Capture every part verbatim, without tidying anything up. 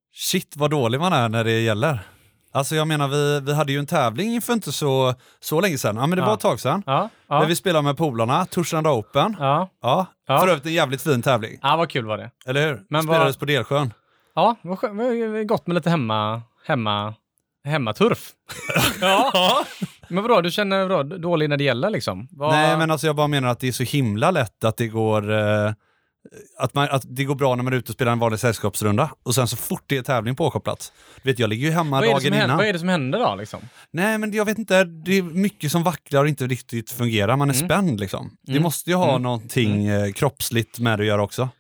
Shit, vad dålig man är när det gäller. Alltså jag menar, vi, vi hade ju en tävling för inte så, så länge sedan. Ja, men det ja. var ett tag sedan. Ja. Ja. Där vi spelade med polarna, Torslanda Open. Ja. Ja. Ja. För övrigt en jävligt fin tävling. Ja, vad kul var det. Eller hur? Men spelades var... på Delsjön. Ja, det var gott med lite hemma, hemma, hemmaturf. Ja. Men vadå, du känner vadå, dålig när det gäller liksom? Vad... Nej, men alltså jag bara menar att det är så himla lätt att det går... Eh... Att, man, att det går bra när man är ute och spelar en vanlig sällskapsrunda. Och sen så fort det är tävling påkopplat. Du vet, jag ligger ju hemma dagen innan. Händer, vad är det som händer då liksom? Nej, men jag vet inte. Det är mycket som vacklar och inte riktigt fungerar. Man är mm. spänd liksom. Mm. Det måste ju ha mm. någonting mm. kroppsligt med det att göra också.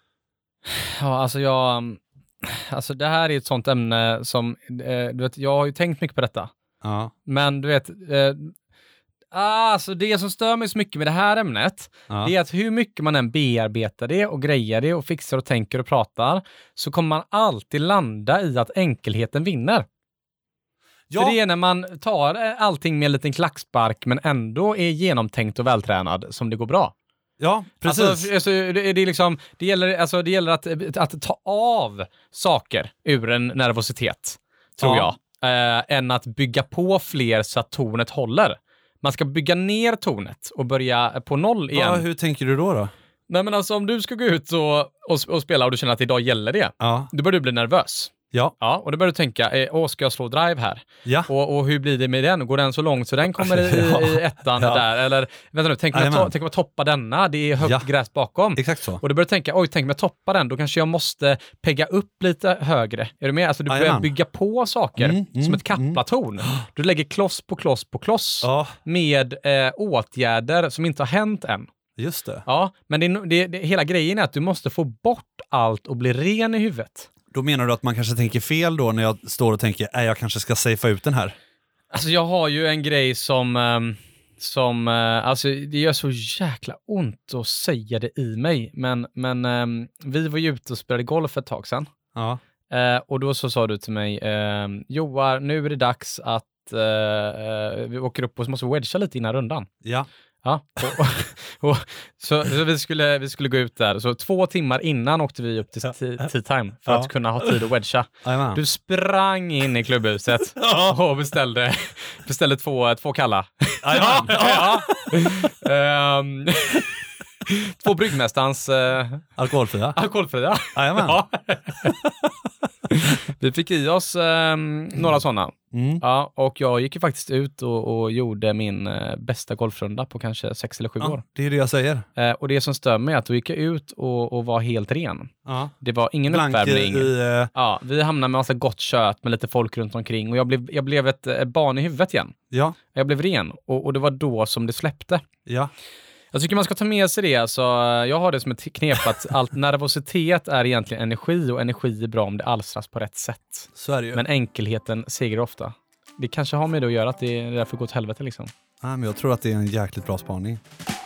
Ja, alltså jag... Alltså det här är ett sånt ämne som... Eh, du vet, jag har ju tänkt mycket på detta. Ja. Men du vet... Eh, Alltså det som stör mig så mycket med det här ämnet, ja. det är att hur mycket man än bearbetar det och grejer det och fixar och tänker och pratar, så kommer man alltid landa i att enkelheten vinner. Ja. För det är när man tar allting med en liten klackspark men ändå är genomtänkt och vältränad som det går bra. Ja, precis. Alltså, alltså, det, det, är liksom, det gäller, alltså, det gäller att, att ta av saker ur en nervositet, tror ja. jag, äh, än att bygga på fler så att tornet håller. Man ska bygga ner tornet och börja på noll igen. Ja, hur tänker du då då? Nej, men alltså om du ska gå ut och, och, och spela och du känner att idag gäller det, ja. då börjar du bli nervös. Ja. Ja, och då börjar du tänka, eh, åh, ska jag slå drive här? Ja. Och, och hur blir det med den? Går den så långt så den kommer i, ja. i ettan ja. där? Eller, vänta nu, tänk om, jag, to- tänk om jag toppar denna, det är högt ja. gräs bakom. Exakt så. Och du börjar tänka, oj, tänk om jag toppar den, då kanske jag måste pegga upp lite högre. Är du med? Alltså du börjar Ajamän. bygga på saker mm, mm, som ett kaplatorn. Mm. Du lägger kloss på kloss på kloss ja. med eh, åtgärder som inte har hänt än. Just det. Ja, men det, det, det, hela grejen är att du måste få bort allt och bli ren i huvudet. Då menar du att man kanske tänker fel då när jag står och tänker, äh, jag kanske ska safea ut den här? Alltså jag har ju en grej som, um, som uh, alltså det gör så jäkla ont att säga det i mig. Men, men um, vi var ju ute och spelade golf ett tag sedan. Ja. Uh, och då så sa du till mig, uh, Joar, nu är det dags att uh, uh, vi åker upp och så måste vi wedga lite innan rundan. Ja. Ja, och, och, och, så, så vi, skulle, vi skulle gå ut där. Så två timmar innan åkte vi upp till tea time för ja. att kunna ha tid att wedga. Amen. Du sprang in i klubbhuset och beställde, beställde två, två kalla. Ja, ja. um, två bryggmästans uh, alkoholfria. Alkoholfria. Ja. Vi fick i oss um, några sådana. Mm. Ja, och jag gick ju faktiskt ut och, och gjorde min uh, bästa golfrunda på kanske sex eller sju ja, år. Det är det jag säger. Uh, och det som stör mig är att då gick jag ut och, och var helt ren. Ja. Det var ingen Blank uppvärmning. I, uh... ja, vi hamnade med massa gott kött med lite folk runt omkring. Och jag blev, jag blev ett, ett barn i huvudet igen. Ja. Jag blev ren. Och, och det var då som det släppte. Ja. Jag tycker man ska ta med sig det. Alltså, jag har det som ett knep att allt nervositet är egentligen energi och energi är bra om det alstras på rätt sätt. Så är det ju. Men enkelheten segrar ofta. Det kanske har med det att göra att det är därför går åt helvete liksom. Ja, men jag tror att det är en jäkligt bra spaning.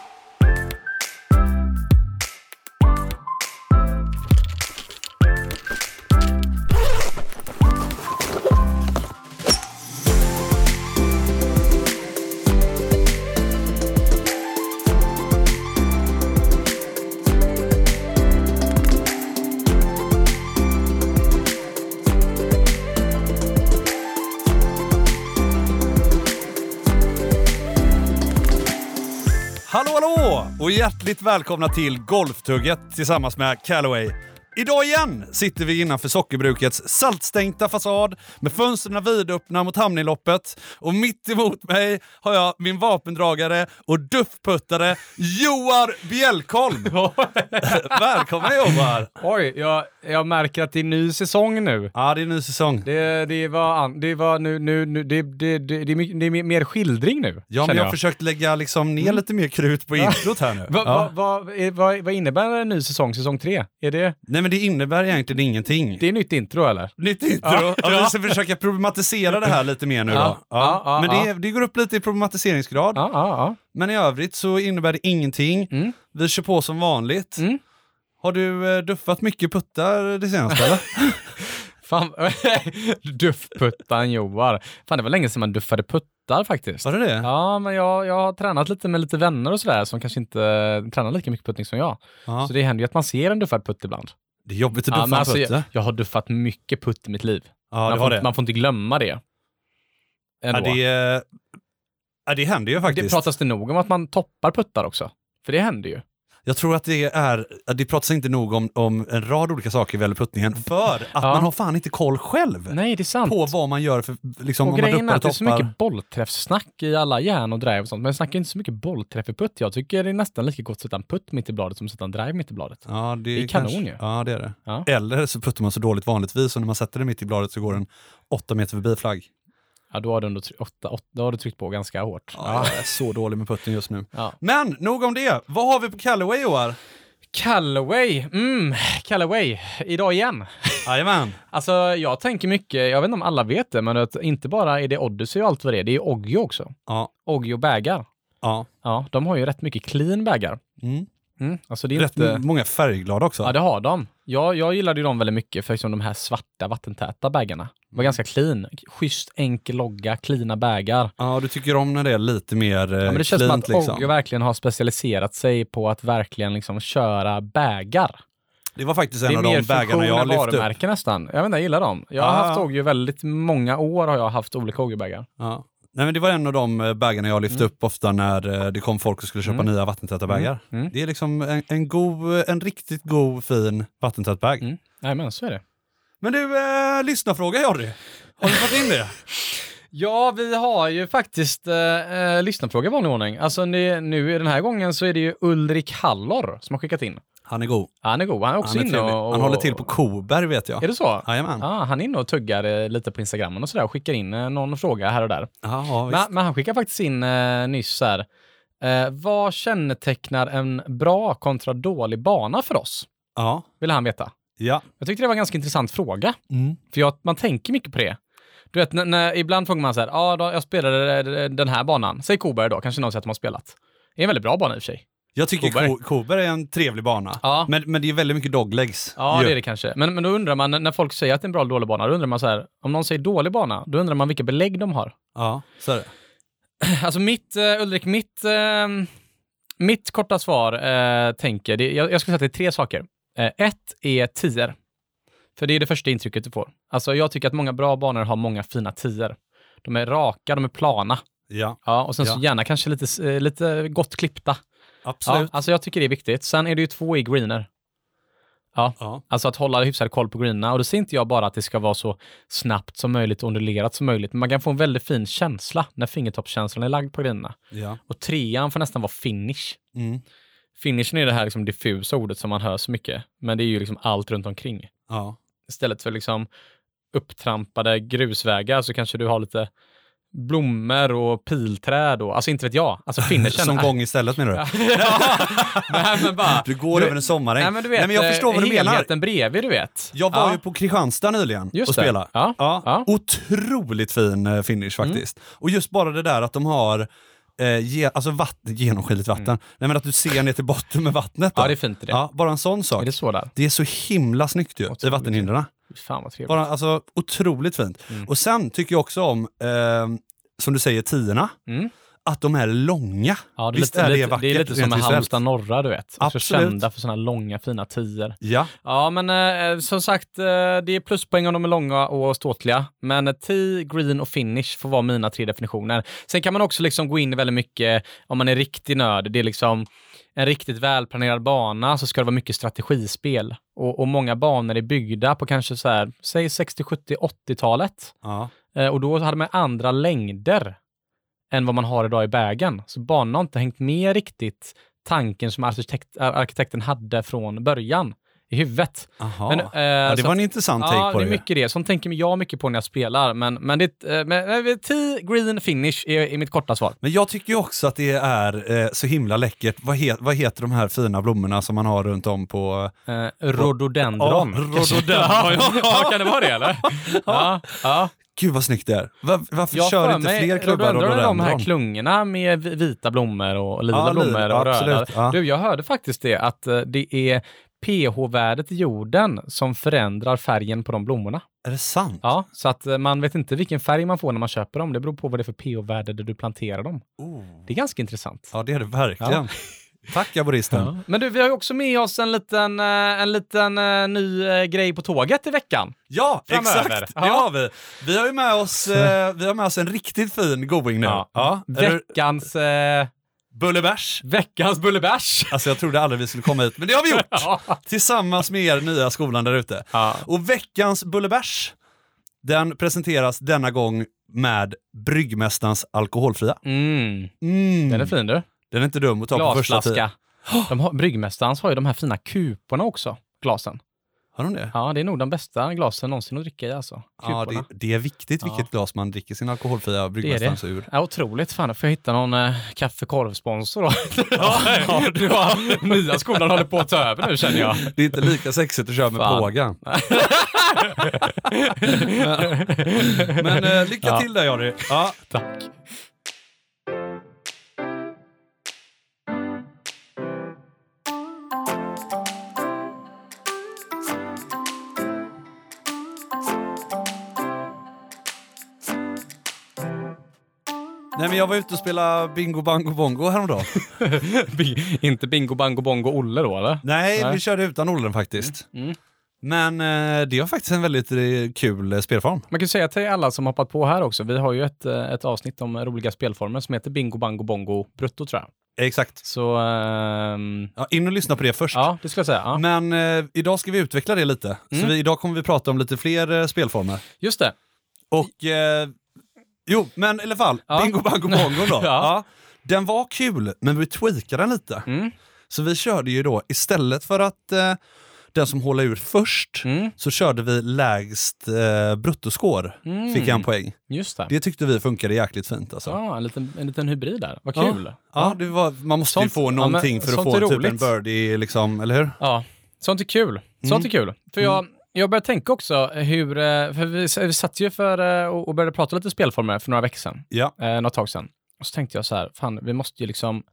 Hallå, hallå! Och hjärtligt välkomna till Golftugget tillsammans med Callaway. Idag igen sitter vi innanför Sockerbrukets saltstänkta fasad med fönstren vidöppna mot hamninloppet. Och mitt emot mig har jag min vapendragare och duffputtare Joar Bjälkholm. Välkommen Joar! Oj, jag, jag märker att det är ny säsong nu. Ja, det är ny säsong. Det, det var, det var nu, nu, nu det, det, det, det, är, det är mer skildring nu. Ja, men jag har försökt lägga liksom ner mm. lite mer krut på introt här nu. va, ja. va, va, vad, vad innebär en ny säsong, säsong tre? Är det... Nej, men det innebär egentligen ingenting. Det är nytt intro, eller? Nytt intro. Ja, ja. Vi ska försöka problematisera det här lite mer nu ja. då. Ja. Ja, ja, men det, ja. det går upp lite i problematiseringsgrad. Ja, ja, ja. Men i övrigt så innebär det ingenting. Mm. Vi kör på som vanligt. Mm. Har du eh, duffat mycket puttar det senaste, eller? Fan, duffputtan Joar. Fan, det var länge sedan man duffade puttar faktiskt. Var det det? Ja, men jag, jag har tränat lite med lite vänner och sådär som kanske inte tränar lika mycket puttning som jag. Aha. Så det händer ju att man ser en duffad putt ibland. Det är jobbigt att Ja, duffa men en alltså, putt. jag, jag har duffat mycket putt i mitt liv. Ja, man, det får, har det. man får inte glömma det. Ja, det, ja, det händer ju faktiskt. Det pratas det nog om att man toppar puttar också. För det händer ju. Jag tror att det är, det pratas inte nog om, om en rad olika saker vad gäller puttningen, för att ja. man har fan inte koll själv. Nej, det är sant. På vad man gör för, liksom, och om man grejen är att det är så toppar. mycket bollträffssnack i alla järn och drive och sånt, men jag snackar inte så mycket bollträff i putt. Jag tycker det är nästan lika gott att sätta en putt mitt i bladet som att sätta en drive mitt i bladet. Ja, det, det är kanon kanske, ju. Ja, det är det. Ja. Eller så puttar man så dåligt vanligtvis, och när man sätter det mitt i bladet så går den åtta meter förbi flagg. Ja, då har du, ändå try- åtta, åtta, då har du tryckt på ganska hårt. Ja, jag är så dålig med putten just nu. Ja. Men, nog om det. Vad har vi på Callaway, Joar? Callaway, mm, Callaway, idag igen. Jajamän. Alltså jag tänker mycket, jag vet inte om alla vet det, men att inte bara är det Odyssey och allt vad det är, det är Oggi också. Ja. Oggi och bägar. Ja. Ja, de har ju rätt mycket clean bägar. Mm. Mm, alltså det är Rätt inte... många färgglada också. Ja, det har de. Jag, jag gillade ju dem väldigt mycket för liksom de här svarta vattentäta bägarna. De var ganska clean. Schysst, enkel logga, cleana bägar. Ja, du tycker om när det är lite mer eh, ja, men det känns cleant, som att liksom. Oggi verkligen har specialiserat sig på att verkligen liksom köra bägar. Det var faktiskt en av de bägarna jag lyfte upp. varumärken nästan. Jag vet inte, jag gillar dem. Jag har ah. haft Oggi väldigt många år har jag haft olika Oggi-bägar. Ja. Nej, men det var en av de bägarna jag lyfte Mm. upp ofta när det kom folk och skulle köpa Mm. nya vattentäta bägar. Mm. Mm. Det är liksom en, en, god, en riktigt god, fin vattentät bäg. Mm. Nej, men så är det. Men du, eh, lyssnarfråga Jordi. Har du fått in det? Ja, vi har ju faktiskt eh, eh, lyssnarfråga i vanlig ordning. Alltså nu, nu den här gången så är det ju Ulrik Hallor som har skickat in. Han är god. Han är god, han är också Han, är inne och, och... han håller till på Koberg, vet jag. Är det så? Jajamän. Ja, han är inne och tuggar eh, lite på Instagrammen och sådär och skickar in eh, någon fråga här och där. Aha, visst. Men, men han skickar faktiskt in eh, nyss här. Eh, vad kännetecknar en bra kontra dålig bana för oss? Ja. Vill han veta. Ja. Jag tyckte det var en ganska intressant fråga. Mm. För jag, man tänker mycket på det. Du vet, när, när, ibland frågar man så här, ja, då, jag spelade den här banan. Säg Koberg då, kanske någon säger att de har spelat. Det är en väldigt bra bana i och för sig. Jag tycker Koberg. Ko- Koberg är en trevlig bana. Ja. Men, men det är väldigt mycket doglegs. Ja, ju. det är det kanske. Men, men då undrar man, när folk säger att det är en bra eller dålig bana, då undrar man så här, om någon säger dålig bana, då undrar man vilka belägg de har. Ja, så är det. Alltså mitt, uh, Ulrik, mitt, uh, mitt korta svar uh, tänker, det, jag, jag skulle säga att det är tre saker. Uh, ett är tior. För det är det första intrycket du får. Alltså jag tycker att många bra banor har många fina tior. De är raka, de är plana. Ja. Ja, och sen Ja. så gärna kanske lite, uh, lite gott klippta. Absolut. Ja, alltså jag tycker det är viktigt. Sen är det ju två i greener. Ja, Ja. alltså att hålla hyfsad koll på greenerna. Och då ser inte jag bara att det ska vara så snabbt som möjligt och ondulerat som möjligt. Men man kan få en väldigt fin känsla när fingertoppskänslan är lagd på greenerna. Ja. Och trean får nästan vara finish. Mm. Finishen är det här liksom diffusa ordet som man hör så mycket. Men det är ju liksom allt runt omkring. Ja. Istället för liksom upptrampade grusvägar så kanske du har lite blommor och pilträd och, alltså inte vet jag. Alltså finishen. Som gång istället, menar du? Ja, men, men bara, Du går du, över en sommaräng. Nej, men du vet, Nej, men jag förstår vad du menar. helheten bredvid, du vet. Jag var ja. ju på Kristianstad nyligen Just och det. spelade. Ja. Ja. Ja. Otroligt fin eh, finish faktiskt. Och just bara det där att de har eh, ge, alltså vatten, genomskinligt vatten. Mm. Nej, men att du ser ner till botten med vattnet. Då. Ja, det är fint i det. Ja, bara en sån sak. Är det så där? Det är så himla snyggt ju, i vattenhindren. Fan vad trevligt. Bara, alltså, otroligt fint. Mm. Och sen tycker jag också om, eh, som du säger, tiorna. Mm. Att de är långa. Ja, det är Visst lite, är det lite, vackert? det är lite som med rent visuellt? Halmstad norra, du vet. Också Absolut. kända för såna långa fina tior. Ja. Ja, men eh, som sagt, eh, det är pluspoäng om de är långa och ståtliga. Men eh, tee, green och finish får vara mina tre definitioner. Sen kan man också liksom gå in i väldigt mycket, om man är riktig nörd, det är liksom en riktigt välplanerad bana så ska det vara mycket strategispel. Och, och många banor är byggda på kanske så här, säg sextio, sjuttio, åttiotalet. Ja. Eh, och då hade man andra längder än vad man har idag i bägen. Så banan har inte hängt med riktigt tanken som arkitekt, arkitekten hade från början i huvudet. Aha. Men, eh, ja, det så var att, en intressant ja, take på det det. är mycket det. Sånt tänker jag mycket på när jag spelar. Men, men det eh, men, tee, green, finish är, är mitt korta svar. Men jag tycker ju också att det är eh, så himla läckert. Vad, het, vad heter de här fina blommorna som man har runt om på... Eh, rhododendron. Ja, rhododendron. Ja, kan det vara det eller? Ja, ja. Gud vad snyggt det är. Var, varför Jag kör för inte mig, fler klubbar rhododendron är de här rhododendron? klungorna med vita blommor och lila Ja, blommor ja, och röda. absolut, ja. Du, jag hörde faktiskt det att eh, det är pH-värdet i jorden som förändrar färgen på de blommorna. Är det sant? Ja, så att eh, man vet inte vilken färg man får när man köper dem. Det beror på vad det är för pH-värde där du planterar dem. Oh. Det är ganska intressant. Ja, det är det verkligen. Tack, aboristen. Ja. Men du, vi har ju också med oss en liten, en liten uh, ny uh, grej på tåget i veckan. Ja, framöver. Exakt. Ja. Det har vi. Vi har ju med oss, uh, vi har med oss en riktigt fin going nu. Ja. Ja. Veckans... Uh... Bullebärs. Veckans bullebärs. Alltså jag trodde aldrig vi skulle komma hit, men det har vi gjort. Ja. Tillsammans med er nya skolan där ute. Ja. Och veckans bullebärs, den presenteras denna gång med Bryggmästarens alkoholfria. Mm. Mm. Den är fin du. Den är inte dum att ta på första tid. De har, Bryggmästarens har ju de här fina kuporna också, glasen. Har de det? Ja, det är nog de bästa glasen någonsin att dricka i alltså. Ja, det, det är viktigt vilket ja. glas man dricker sin alkoholfria Bryggmästarens ur. Ja, otroligt. Fan, får jag hitta någon äh, kaffekorvsponsor då? Ja, ja, du har, nya skolan håller på att ta över nu känner jag. Det är inte lika sexigt att köra med Fan. Pågan. men men äh, lycka ja. till där, Jari. Ja, tack. Nej, men jag var ute och spelade Bingo Bango Bongo häromdagen. Inte Bingo Bango Bongo Olle då, eller? Nej, Nej. vi körde utan Ollen faktiskt. Mm. Mm. Men eh, det var faktiskt en väldigt eh, kul eh, spelform. Man kan säga till alla som hoppat på här också, vi har ju ett, ett avsnitt om roliga spelformer som heter Bingo Bango Bongo Brutto, tror jag. Exakt. Så... Ehm... Ja, in och lyssna på det först. Ja, det ska jag säga. Ja. Men eh, idag ska vi utveckla det lite. Mm. Så vi, idag kommer vi prata om lite fler eh, spelformer. Just det. Och... Eh, Jo, men i alla fall, ja. Bingo Bango Bongo då. ja. Ja, den var kul, men vi tweakade den lite. Mm. Så vi körde ju då, istället för att eh, den som håller ur först, mm. så körde vi lägst eh, bruttoskår. Mm. Fick en poäng. Just det. Det tyckte vi funkade jäkligt fint. Alltså. Ja, en liten, en liten hybrid där. Vad kul. Ja, ja det var, man måste sånt, ju få någonting ja, för att få typ en birdie, liksom, eller hur? Ja, sånt är kul. Sånt mm. är kul. För jag... Mm. Jag började tänka också hur, för vi, vi satt ju för och började prata lite spelformer för några veckor sedan, ja. eh, något tag sedan. Och så tänkte jag så här, fan, vi måste ju liksom,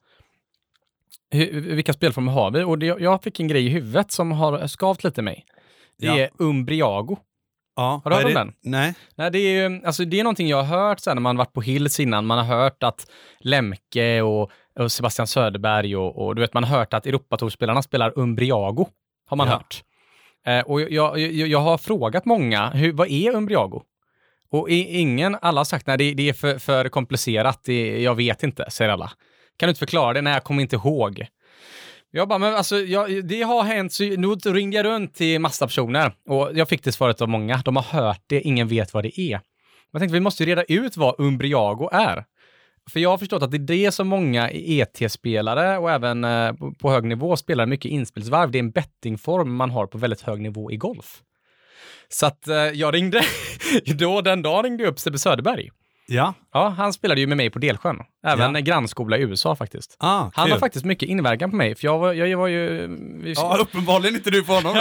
hur, vilka spelformer har vi? Och det, jag fick en grej i huvudet som har skavt lite mig. Det ja. är Umbriago. Ja, har du hört om den? Nej. Nej, det är ju, alltså det är någonting jag har hört sen när man varit på Hills innan. Man har hört att Lemke och, och Sebastian Söderberg och, och du vet, man har hört att Europatour-spelarna spelar Umbriago. Har man ja. hört. Eh, och jag, jag, jag har frågat många, hur, vad är Umbriago? Och i, ingen, alla har sagt, nej det, det är för, för komplicerat, det, jag vet inte, säger alla. Kan du inte förklara det? Nej, jag kommer inte ihåg. Jag bara, men alltså, jag, det har hänt, så nu ringde jag runt till massa personer och jag fick det svaret av många. De har hört det, ingen vet vad det är. Jag tänkte, vi måste reda ut vad Umbriago är. För jag har förstått att det är det som många E T-spelare och även eh, på hög nivå spelar mycket inspelsvarv. Det är en bettingform man har på väldigt hög nivå i golf. Så att eh, jag ringde, då den dagen ringde jag upp Sebbe Söderberg. Ja. Ja, han spelade ju med mig på Delsjön. Även ja. grannskola i U S A faktiskt. Ah, han kul. har faktiskt mycket inverkan på mig. För jag var, jag var ju... Vi... Ja, uppenbarligen inte du på honom.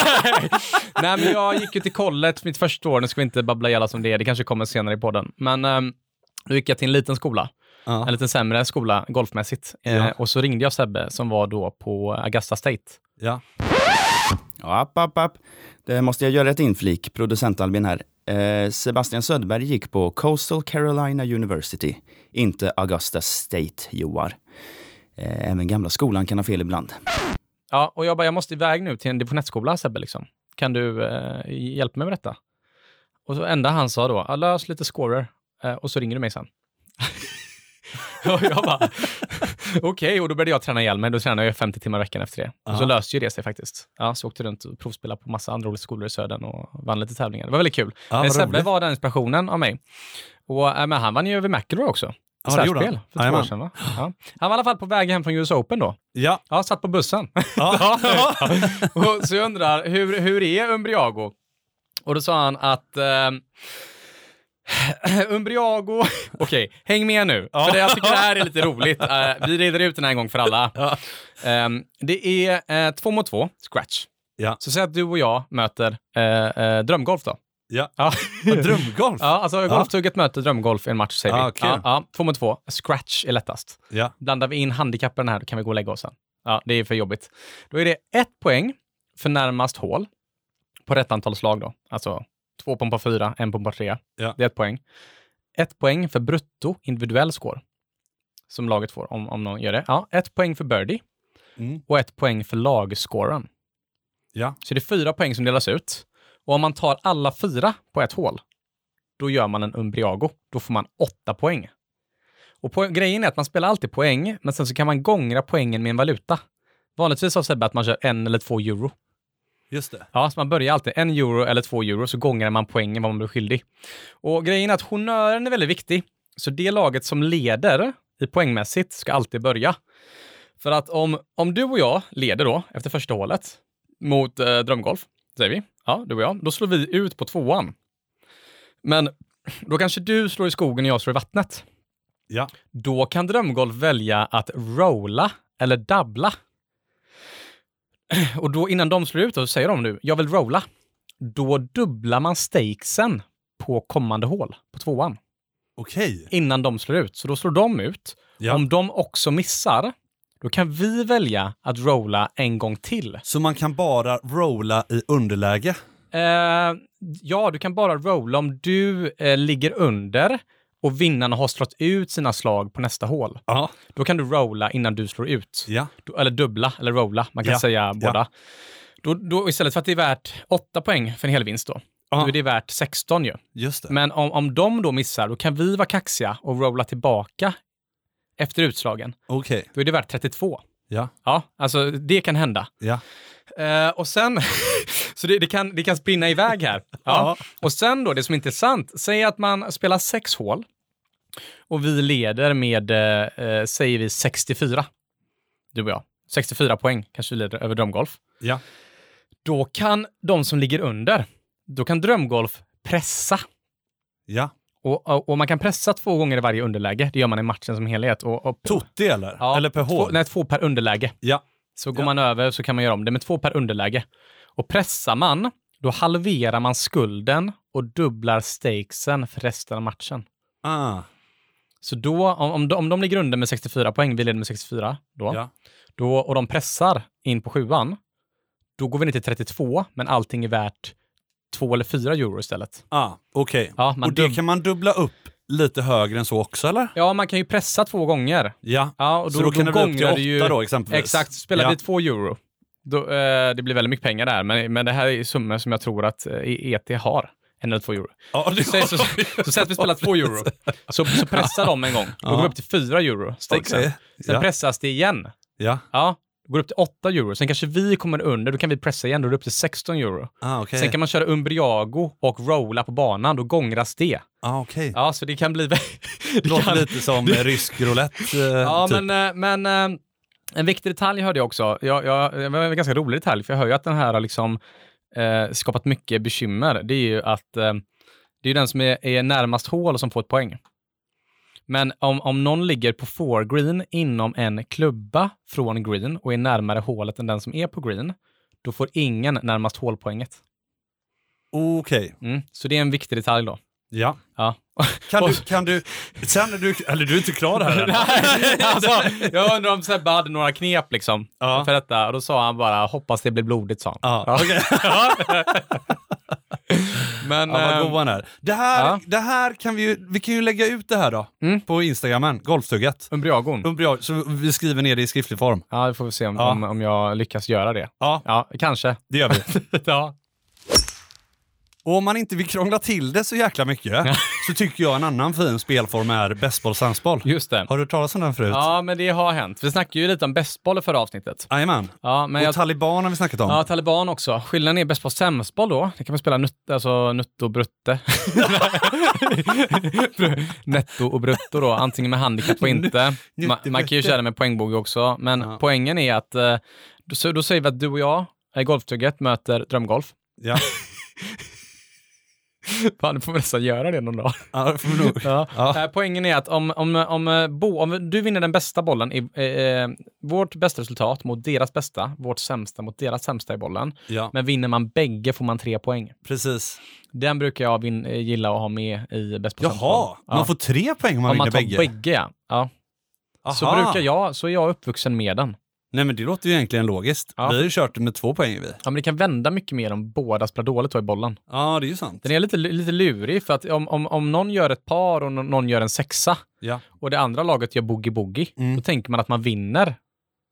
Nej, men jag gick ju till college mitt första år. Nu ska vi inte babbla ihjäl som det är. Det kanske kommer senare i podden. Men... Um, Då gick jag till en liten skola. Ja. En liten sämre skola, golfmässigt. Ja. Eh, och så ringde jag Sebbe som var då på Augusta State. Ja. Ja, app, app, app. Det måste jag göra ett inflik, producent Albin här. Eh, Sebastian Söderberg gick på Coastal Carolina University. Inte Augusta State, Joar. Eh, även gamla skolan kan ha fel ibland. Ja, och jag bara, jag måste iväg nu till en divisionetskola, Sebbe, liksom. Kan du eh, hjälpa mig med detta? Och så enda han sa då, lös lite scorer. Uh, och så ringer du mig sen. Och jag bara, okej, okay, och då började jag träna ihjäl mig. Då tränade jag femtio timmar i veckan efter det. Uh-huh. Och så löste ju det sig faktiskt. Ja, så åkte runt och provspelade på massa andra olika skolor i södern och vann lite tävlingar. Det var väldigt kul. Uh, Men Sebbe var den inspirationen av mig. Och uh, men han vann ju över McEnroe också. Ja, det gjorde han. För två år sedan, va? Ja. Han var i alla fall på väg hem från U S Open då. Ja. Ja, satt på bussen. Ja. Ja. Och så jag undrar, hur, hur är Umbriago? Och då sa han att... Uh, Umbriago. Okej, okay, häng med nu. Ja. För det, jag tycker det här är lite roligt. Uh, vi reder ut den här en gång för alla. Ja. Um, det är uh, två mot två, scratch. Ja. Så säg att du och jag möter uh, uh, drömgolf då. Ja. Ja. Drömgolf? Ja, alltså golftugget ja. möter drömgolf i en match, säger ja, vi. okay. Ja, ja, två mot två. Scratch är lättast. Ja. Blandar vi in handikappen här, då kan vi gå och lägga oss sen. Ja, det är för jobbigt. Då är det ett poäng för närmast hål på rätt antal slag då. Alltså två på en par fyra, en på en par tre. Ja. Det är ett poäng. Ett poäng för brutto individuell score som laget får om, om någon gör det. Ja, ett poäng för birdie. mm. och ett poäng för lagscoren. Ja. Så det är fyra poäng som delas ut. Och om man tar alla fyra på ett hål, då gör man en umbriago. Då får man åtta poäng. Och po- grejen är att man spelar alltid poäng, men sen så kan man gångra poängen med en valuta. Vanligtvis har Sebbe att man kör en eller två euro. Just det. Ja, så man börjar alltid en euro eller två euro, så gångrar man poängen vad man blir skyldig. Och grejen är att honören är väldigt viktig. Så det laget som leder i poängmässigt ska alltid börja. För att om, om du och jag leder då, efter första hålet, mot eh, drömgolf, säger vi. Ja, du och jag. Då slår vi ut på tvåan. Men då kanske du slår i skogen och jag slår i vattnet. Ja. Då kan drömgolf välja att rolla eller dubbla. Och då innan de slår ut, så säger de nu, jag vill rolla. Då dubblar man stakesen på kommande hål på tvåan. Okej. Innan de slår ut. Så då slår de ut. Ja. Om de också missar, då kan vi välja att rolla en gång till. Så man kan bara rolla i underläge? Eh, ja, du kan bara rolla om du eh, ligger under och vinnarna har slått ut sina slag på nästa hål. Ja. Då kan du rolla innan du slår ut. Ja. Då, eller dubbla, eller rolla. Man kan Ja. säga båda. Ja. Då, då istället för att det är värt åtta poäng för en helvinst då, Ja. då är det värt sexton ju. Just det. Men om, om de då missar, då kan vi vara kaxiga och rolla tillbaka efter utslagen. Okej. Då är det värt trettiotvå. Ja. Ja, alltså det kan hända. Ja. Eh, och sen, så det, det, kan, det kan sprinna iväg här. Ja. Ja. Och sen då, det som är intressant, säg att man spelar sex hål och vi leder med, eh, säger vi sextiofyra. Du och jag. sextiofyra poäng kanske vi leder över drömgolf. Ja. Då kan de som ligger under, då kan drömgolf pressa. Ja. Och, och, och man kan pressa två gånger i varje underläge. Det gör man i matchen som helhet. Och, och, Totti eller? ja, Eller per två, hål? nej, två per underläge. Ja. Så går Ja. man över så kan man göra om det med två per underläge. Och pressar man, då halverar man skulden och dubblar stakesen för resten av matchen. Ah. Så då, om, om, de, om de ligger under med sextiofyra poäng, vi leder med sextiofyra då, Ja. då, och de pressar in på sjuan, då går vi ner till trettiotvå, men allting är värt två eller fyra euro istället. Ah, okej. Ja, man Och det dub- kan man dubbla upp lite högre än så också, eller? Ja, man kan ju pressa två gånger. Ja. Ja, och då, Så då kan det bli upp till gångrar åtta det ju, då, exempelvis? Exakt, spelar Ja. vi två euro. Då, eh, det blir väldigt mycket pengar där, men, men det här är summor som jag tror att eh, E T har. En eller två euro. Ja, det Så, så, så, så säg att vi spelar två euro. Så, så pressar de en gång. Då Ja. går det upp till fyra euro. Stakesen. Okej. Sen Ja. pressas det igen. Ja. Ja, då går det upp till åtta euro. Sen kanske vi kommer under. Då kan vi pressa igen. Då är det upp till sexton euro. Ah, okej. Sen kan man köra umbriago och rolla på banan. Då gångras det. Ah, okej. Ja, så det kan bli... Det det låter kan, lite som rysk roulette. Eh, ja, typ. men, eh, men eh, en viktig detalj hörde jag också. Jag, jag, det var en ganska rolig detalj. För jag hör ju att den här har liksom eh, skapat mycket bekymmer. Det är ju att eh, det är den som är, är närmast hål som får ett poäng. Men om, om någon ligger på four green inom en klubba från green och är närmare hålet än den som är på green, då får ingen närmast hålpoänget. Okej. Mm. Så det är en viktig detalj då. Ja. Ja. Kan Och- du, kan du, sen är du, eller du är inte klar här än. Nej, alltså, jag undrar om Sebbe hade några knep liksom Ja. för detta. Och då sa han bara, hoppas det blir blodigt, sa han. Ja, okej. Men, Ja, vad ehm, god han är. Det här, ja. det här kan vi ju, vi kan ju lägga ut det här då. Mm. På Instagramen, Golftugget. umbriagon. Umbriag- Så vi skriver ner det i skriftlig form. Ja, det får vi se om, Ja. om, om jag lyckas göra det. Ja, Ja, kanske. det gör vi. Ja. Och om man inte vill krångla till det så jäkla mycket så tycker jag en annan fin spelform är bästboll sandboll. Just det. Har du hört talas om den förut? Ja, men det har hänt. Vi snackade ju lite om bästboll i förra avsnittet. Jajamän. Ja, men Och jag... taliban har vi snackat om. Ja, taliban också. Skillnaden är bästboll sämstboll då. Det kan man spela nutt, alltså nutt och brutte. Netto och brutto då. Antingen med handikapp och inte. Ma- man kan ju köra med poängbåge också. Men Ja. poängen är att eh, då, så- då säger vi att du och jag i golftugget möter drömgolf. Ja, Fan, du får väl nästan göra det någon dag. ja det får vi nog. Ja. Ja. Eh, poängen är att om, om, om, eh, bo, om du vinner den bästa bollen, i, eh, eh, vårt bästa resultat mot deras bästa, vårt sämsta mot deras sämsta i bollen. Ja, Men vinner man bägge får man tre poäng. precis. Den brukar jag vin, eh, gilla att ha med i bäst på Jaha, sämstboll. man får tre poäng om man om man vinner tar bägge. bägge, ja. ja. Så Aha. brukar jag, så är jag uppvuxen med den. Nej, men det låter ju egentligen logiskt. Ja. Vi har ju kört det med två poäng vi. Ja, men det kan vända mycket mer om båda spelar dåligt då i bollen. Ja, det är ju sant. Den är lite, lite lurig, för att om, om, om någon gör ett par och någon, någon gör en sexa Ja. och det andra laget gör boogie-boogie, Mm. då tänker man att man vinner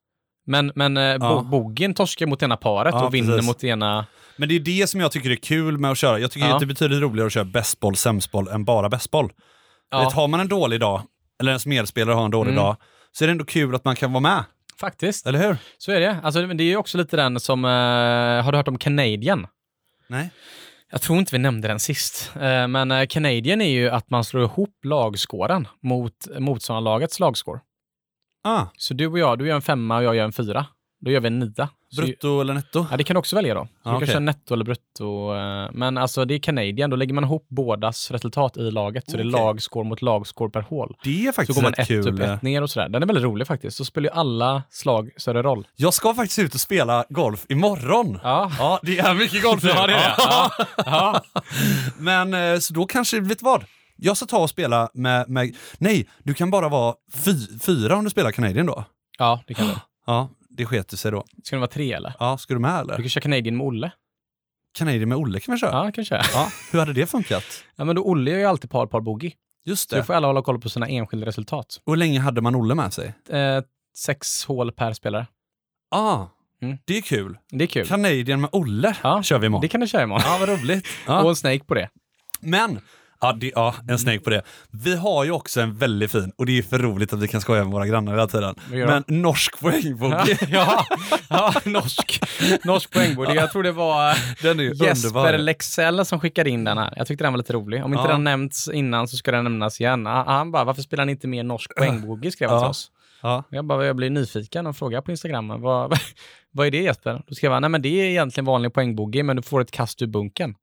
Men, men ja. bo- Boggin torskar mot ena paret ja, och vinner precis. mot ena... Men det är det som jag tycker är kul med att köra. Jag tycker ja. att det betyder roligare att köra bästboll, sämstboll än bara bästboll. Ja. Har man en dålig dag, eller en medspelare har en dålig mm. dag, så är det ändå kul att man kan vara med. Faktiskt. Eller hur? Så är det. Alltså, det är ju också lite den som... Uh, har du hört om Canadian? Nej. Jag tror inte vi nämnde den sist. Uh, men uh, Canadian är ju att man slår ihop lagskåren mot motståndarlagets lagskår. Ah. Så du och jag, du gör en femma och jag gör en fyra. Då gör vi en nia. Brutto eller netto? Ja, det kan du också välja då. Så ah, du okay. kan köra netto eller brutto. Men alltså det är Canadian, då lägger man ihop bådas resultat i laget. Så okay. det är lagskår mot lagskår per hål. Det är faktiskt så går man ett ett kul. upp, ett ner och sådär. Den är väldigt rolig faktiskt. Så spelar ju alla slag större roll. Jag ska faktiskt ut och spela golf imorgon. Ja, ja det är mycket golf. Ja, det är det. Ja. Ja. Men så då kanske, vet du vad? Jag ska ta och spela med, med... Nej, du kan bara vara fy, fyra om du spelar Canadian då. Ja, det kan du. Ja, det sketer sig då. Ska det vara tre eller? Ja, ska du med eller? Du kan köra Canadian med Olle. Canadian med Olle kan man köra? Ja, kan köra. Ja, hur hade det funkat? Ja, men då Olle är ju alltid par par bogey. Just det. Så då får alla hålla koll på sina enskilda resultat. Och hur länge hade man Olle med sig? Eh, sex hål per spelare. Ah, mm. det är kul. Det är kul. Canadian med Olle ja, kör vi imorgon. Det kan du köra imorgon. Ja, vad roligt. Ja. Och en snake på det. Men... Ja, det, ja, en snake på det. Vi har ju också en väldigt fin, och det är för roligt att vi kan skoja med våra grannar hela tiden. Men norsk poängbok. ja, ja, norsk. Norsk poängbok. Jag tror det var den är Jesper underbar. Lexell som skickade in den här. Jag tyckte den var lite rolig. Om inte ja. den nämnts innan så ska den nämnas igen. Han bara, varför spelar ni inte mer norsk poängbok? Skrev han ja. till oss. Ja. Jag bara, jag blir nyfiken och frågar på Instagram. Vad, vad är det Jesper? Då skrev han, nej men det är egentligen vanlig poängbogey, men du får ett kast ur bunken.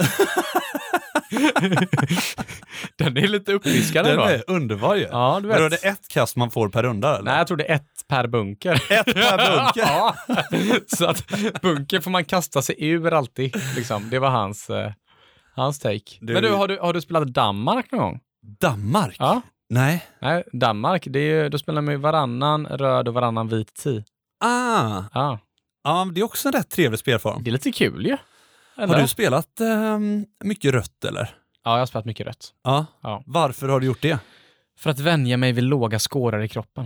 Den är lite uppfiskad. Den är underbar ju. Ja, du vet. Men då är det ett kast man får per runda eller? Nej, jag tror det är ett per bunker. Ett per bunker? Ja. Så att bunker får man kasta sig ur alltid. Liksom. Det var hans, eh, hans take. Du... Men du har, du, har du spelat Danmark någon gång? Danmark? Ja. Nej. Nej, Danmark, det är, då spelar man ju varannan röd och varannan vit tee. Ah. Ja. Ja, det är också en rätt trevlig spelform. Det är lite kul ju. Eller? Har du spelat eh, mycket rött eller? Ja, jag har spelat mycket rött. Ja. ja. Varför har du gjort det? För att vänja mig vid låga skårar i kroppen.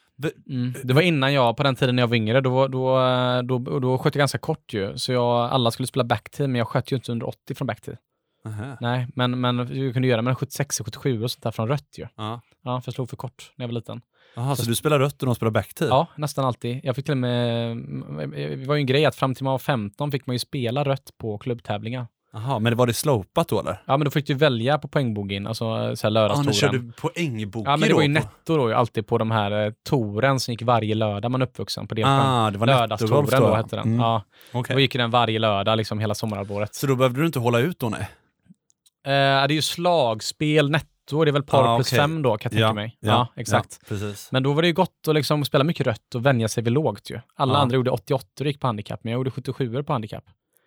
Mm. Det var innan jag, på den tiden när jag var yngre, då, då, då, då, då sköt jag ganska kort ju. Så jag, alla skulle spela backtee, men jag sköt ju inte under åttio från backtee. Aha. Nej, men, men jag kunde göra med sjuttiosex och sjuttiosju och sånt där från rött ju. Ja. Ja, för jag slog för kort när jag var liten. Jaha, så, så du spelar rött och de spelar backtee? Ja, nästan alltid. Jag fick till och med, det var ju en grej att fram till man var femton fick man ju spela rött på klubbtävlingar. Jaha, men var det slopat då eller? Ja, men då fick du välja på poängbogen, alltså så här lördagstouren. Ja, nu kör du poängbogey. Ja, men det var ju då netto då ju alltid på de här eh, touren som gick varje lördag man uppvuxen på det. Ah, det var lördagstouren då, då hette den. Mm. Ja, okay. Då gick den varje lördag liksom hela sommarhalvåret. Så då behövde du inte hålla ut då, nej? Eh, det är ju slagspel netto, det är väl par ah, plus okay. fem då kan jag tänka ja, mig. Ja, ja exakt. Ja, precis. Men då var det ju gott att liksom spela mycket rött och vänja sig vid lågt ju. Alla ja. andra gjorde åttioåtta och gick på handikapp, men jag gjorde sjuttiosju på handikapp.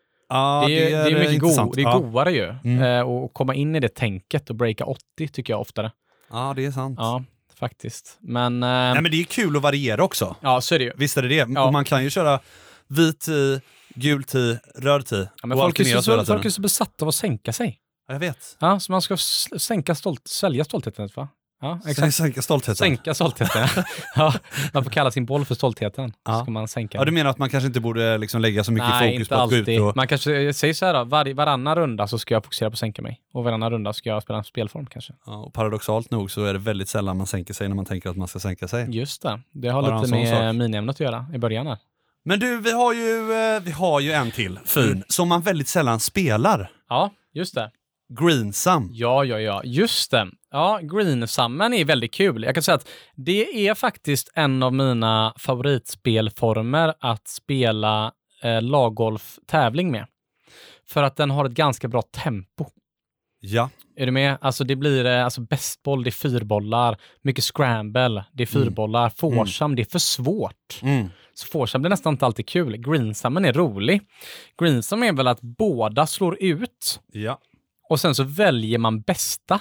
Ja, det, är, det är, det är mycket go- det är ja. godare ju. Mm. Eh, och komma in i det tänket och breaka åttio tycker jag oftare. Ja, det är sant. Ja, faktiskt. Men, eh, Nej, men det är kul att variera också. Ja, så är det ju. Visst är det det. Ja. Och man kan ju köra vit tee, gul tee, röd tee. Ja, men folk är, så, folk är så besatta av att sänka sig. Ja, jag vet. Ja, så man ska sänka stolt, sälja stoltheten, va? Ja, exakt. Sänka stoltheten. Sänka stoltheten. Ja, man får kalla sin boll för stoltheten. Ja. Ska man sänka. Ja, du menar att man kanske inte borde liksom lägga så mycket Nej, fokus på att gå ut och... Man kanske säger så här då, var, varannan runda så ska jag fokusera på att sänka mig. Och varannan runda ska jag spela en spelform kanske. Ja, och paradoxalt nog så är det väldigt sällan man sänker sig när man tänker att man ska sänka sig. Just det. Det har bara lite med miniämnet att göra i början här. Men du, vi har ju, vi har ju en till fin mm. som man väldigt sällan spelar. Ja, just det. Greensam. Ja, ja, ja. Just det. Ja, Greensammen är väldigt kul. Jag kan säga att det är faktiskt en av mina favoritspelformer att spela eh, laggolf-tävling med. För att den har ett ganska bra tempo. Ja. Är du med? Alltså det blir eh, alltså bästboll, det är fyrbollar, mycket scramble, det är fyrbollar, mm. foursome, mm. det är för svårt. Mm. Så foursome blir nästan inte alltid kul. Greensammen är rolig. Greensam är väl att båda slår ut. Ja. Och sen så väljer man bästa.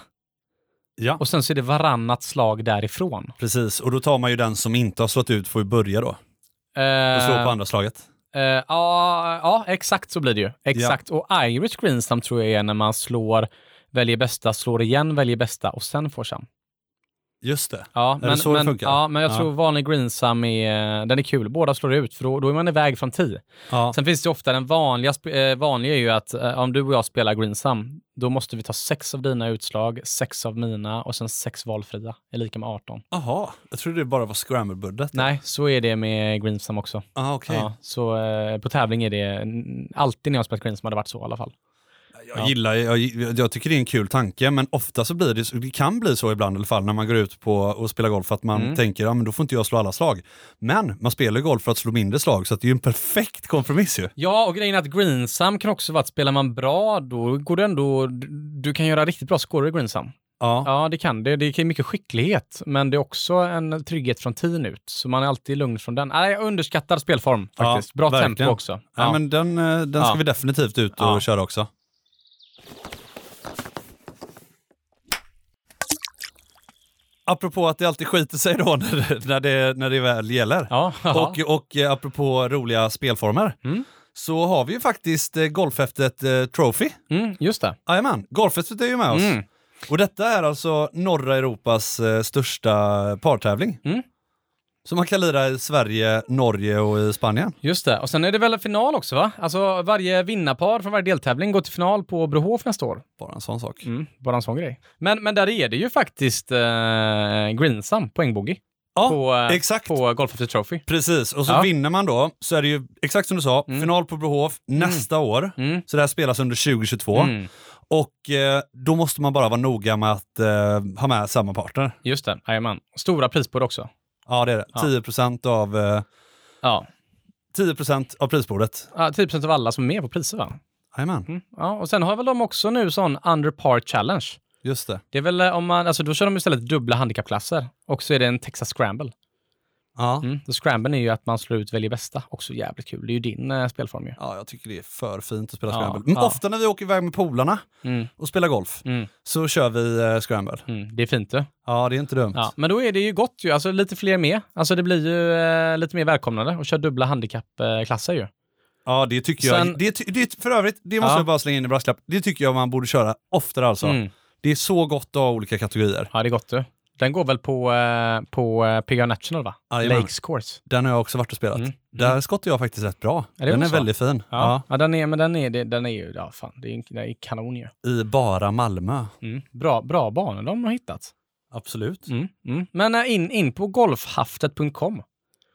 Ja. Och sen så är det varannat slag därifrån. Precis, och då tar man ju den som inte har slått ut får ju börja då. Uh, och slå på andra slaget. Ja, uh, uh, ja, exakt så blir det ju. Exakt. Ja. Och Irish Greensam tror jag är när man slår, väljer bästa, slår igen, väljer bästa och sen får sam. Just det. Ja, är men, det så men, det funkar? ja, men jag ja. tror vanlig greensam är, den är kul. Båda slår ut, för då, då är man iväg från tio. Ja. Sen finns det ofta den vanliga, eh, vanliga är ju att eh, om du och jag spelar greensam, då måste vi ta sex av dina utslag, sex av mina och sen sex valfria. Är lika med arton. Jaha, jag trodde det bara var scramble-budget. Nej, så är det med greensam också. Ah, okay. Ja, så eh, på tävling är det alltid när jag har spelat greensam har det varit så i alla fall. Jag Ja. gillar, jag, jag tycker det är en kul tanke, men ofta så blir det, det kan bli så ibland i alla fall när man går ut på och spelar golf att man Mm. tänker, ja men då får inte jag slå alla slag. Men man spelar ju golf för att slå mindre slag, så att det är ju en perfekt kompromiss ju. Ja, och grejen är att greensam kan också vara att spelar man bra, då går det ändå, du, du kan göra riktigt bra score i greensam. Ja. Ja, det kan det. Det är mycket skicklighet, men det är också en trygghet från tiden ut. Så man är alltid lugn från den. Nej, jag underskattar spelform faktiskt. Ja, bra verkligen. tempo också. Ja. Ja. Men den, eh, den ska Ja. vi definitivt ut och Ja. köra också. Apropå att det alltid skiter sig då när, när, det, när det väl gäller. Ja, ja. Och, och eh, apropå roliga spelformer, Mm. så har vi ju faktiskt eh, golfhäftet eh, Trophy. Mm, just det. Jajamän, golfhäftet är ju med oss. Mm. Och detta är alltså norra Europas eh, största partävling. Mm. Så man kan lira i Sverige, Norge och i Spanien. Just det. Och sen är det väl en final också, va? Alltså varje vinnarpar från varje deltävling går till final på Brohof nästa år. Bara en sån sak. Mm, bara en sån grej. Men, men där är det ju faktiskt eh, greensam, poängbogey. Ja, på, eh, exakt. På Golf After Trophy. Precis, och så Ja. vinner man då, så är det ju exakt som du sa, Mm. final på Brohof nästa år. Mm. Så det här spelas under tjugo tjugotvå. Mm. Och eh, då måste man bara vara noga med att eh, ha med samma partner. Just det, jajamän. Stora prisbord också. Ja, det är det. Ja. tio procent av, eh, Ja. tio procent av prisbordet. Ja, tio procent av alla som är med på priser, va? Jajamän, Mm. Ja, och sen har väl de också nu sån under par challenge. just det. Det är väl eh, om man, alltså då kör de istället dubbla handikappklasser. Och så är det en Texas Scramble. Ja. Mm. Så Scramble är ju att man slår ut väljer bästa. Också jävligt kul. Det är ju din eh, spelform ju. Ja, jag tycker det är för fint att spela Ja, scramble. Men ja. ofta när vi åker iväg med polarna Mm. och spelar golf Mm. så kör vi eh, scramble. Mm. Det är fint du. Ja, det är inte dumt. Ja, men då är det ju gott ju. Alltså lite fler med. Alltså det blir ju eh, lite mer välkomnande att köra dubbla handikappklasser ju. Ja, det tycker Sen- jag. Det, ty- det, för övrigt, det måste Ja. jag bara slänga in i brasklapp. Det tycker jag man borde köra oftare alltså. Mm. Det är så gott att ha olika kategorier. Ja, det är gott du. Den går väl på, eh, på eh, P G A National, va? Jajamän. Lakes Course. Den har jag också varit och spelat. Mm. Där skottar jag faktiskt rätt bra. Ja, det den var är så. väldigt fin. Ja, Ja. ja. den är, men den är, det- den är ju, ja fan, det är, det är kanon ju. I bara Malmö. Mm. Bra, bra banor de har hittat. Absolut. Mm. Mm. Men eh, in, in på golfhaftet punkt com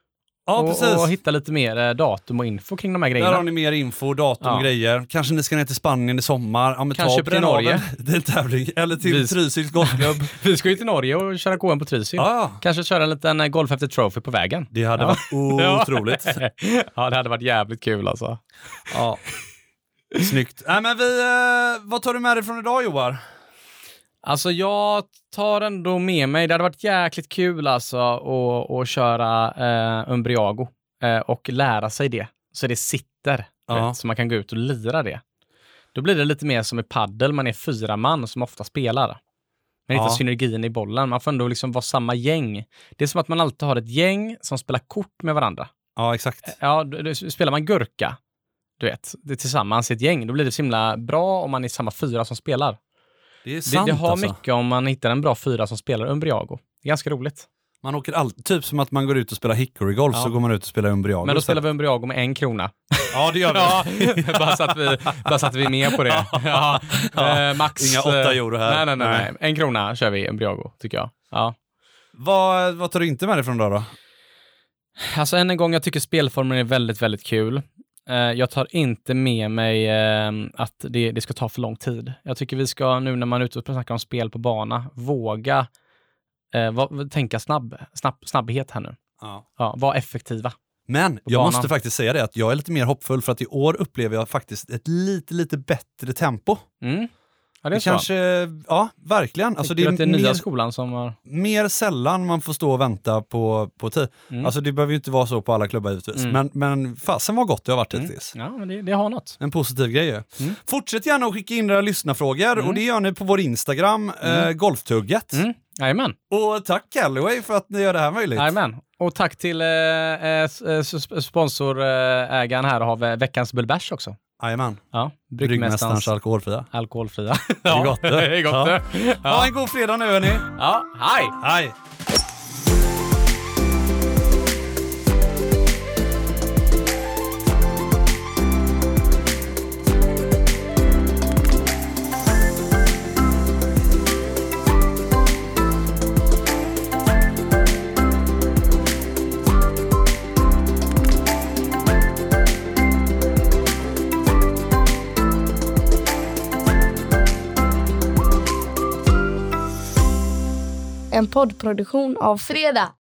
Ja, och, precis. och hitta lite mer eh, datum och info kring de här grejerna. Där har ni mer info, datum Ja. och grejer. Kanske ni ska ner till Spanien i sommar. Ja, men Kanske ta till bränn av Norge. en- Det är en tävling. Eller till Vi- Trysils golfklubb. Vi ska ju till Norge och köra K M på Trysil. Ja, Kanske köra en liten eh, Golf After Trophy på vägen. det hade Ja. varit otroligt. Ja, det hade varit jävligt kul alltså. Ja. Snyggt. Nej, men vi, eh, vad tar du med dig från idag, Joar? Alltså jag tar ändå med mig, det hade varit jäkligt kul alltså att, att köra eh, Umbriago eh, och lära sig det. Så det sitter, Ja. vet, så man kan gå ut och lira det. Då blir det lite mer som i paddel, man är fyra man som ofta spelar. Men Ja. inte synergin i bollen, man får ändå liksom vara samma gäng. Det är som att man alltid har ett gäng som spelar kort med varandra. Ja, exakt. Ja, då, då spelar man gurka, du vet, det är tillsammans i ett gäng, då blir det så himla bra om man är samma fyra som spelar. Det är Det, sant det har alltså. mycket om man hittar en bra fyra som spelar Umbriago. Det är ganska roligt. Man åker alltid, typ som att man går ut och spelar hickory golf, Ja. så går man ut och spelar Umbriago. Men då istället. spelar vi Umbriago med en krona. Ja, det gör vi. Ja, bara så att vi, bara så att vi är med på det. Ja, eh, max. Inga åtta eh, euro här. Nej, nej, nej, Nej. nej. En krona kör vi Umbriago, tycker jag. Ja. Vad, vad tar du inte med dig från idag då? Alltså än en gång, jag tycker spelformen är väldigt, väldigt kul. Eh, jag tar inte med mig eh, att det, det ska ta för lång tid. Jag tycker vi ska, nu när man är ute och snackar om spel på bana, våga eh, va, tänka snabb, snabb, snabbhet här nu. Ja. Ja, var effektiva. Men jag banan. måste faktiskt säga det, att jag är lite mer hoppfull för att i år upplever jag faktiskt ett lite, lite bättre tempo. Mm. Ja, det är Det så. kanske, ja, verkligen. Alltså det Tycker är, du att det är nya mer, skolan som har... mer sällan man får stå och vänta på, på tid. Mm. Alltså det behöver ju inte vara så på alla klubbar givetvis. Mm. Men, men fasen var gott det har varit Mm. hittills. Ja, men det, det har något. En positiv grej. Mm. Fortsätt gärna att skicka in era lyssnarfrågor Mm. och det gör ni på vår Instagram, Mm. eh, Golftugget. Mm. Jajamän. Och tack Callaway för att ni gör det här möjligt. Jajamän. Och tack till eh, eh, s- eh, s- sponsorägaren här av eh, veckans Bullbash också. Jajamän. Ja, Bryggmästarens alkoholfria. Alkoholfria. Det är gott. det är gott. Ja. Ja. Ha en god fredag nu, hörni. Ja, hej! Hej! En poddproduktion av Fredag.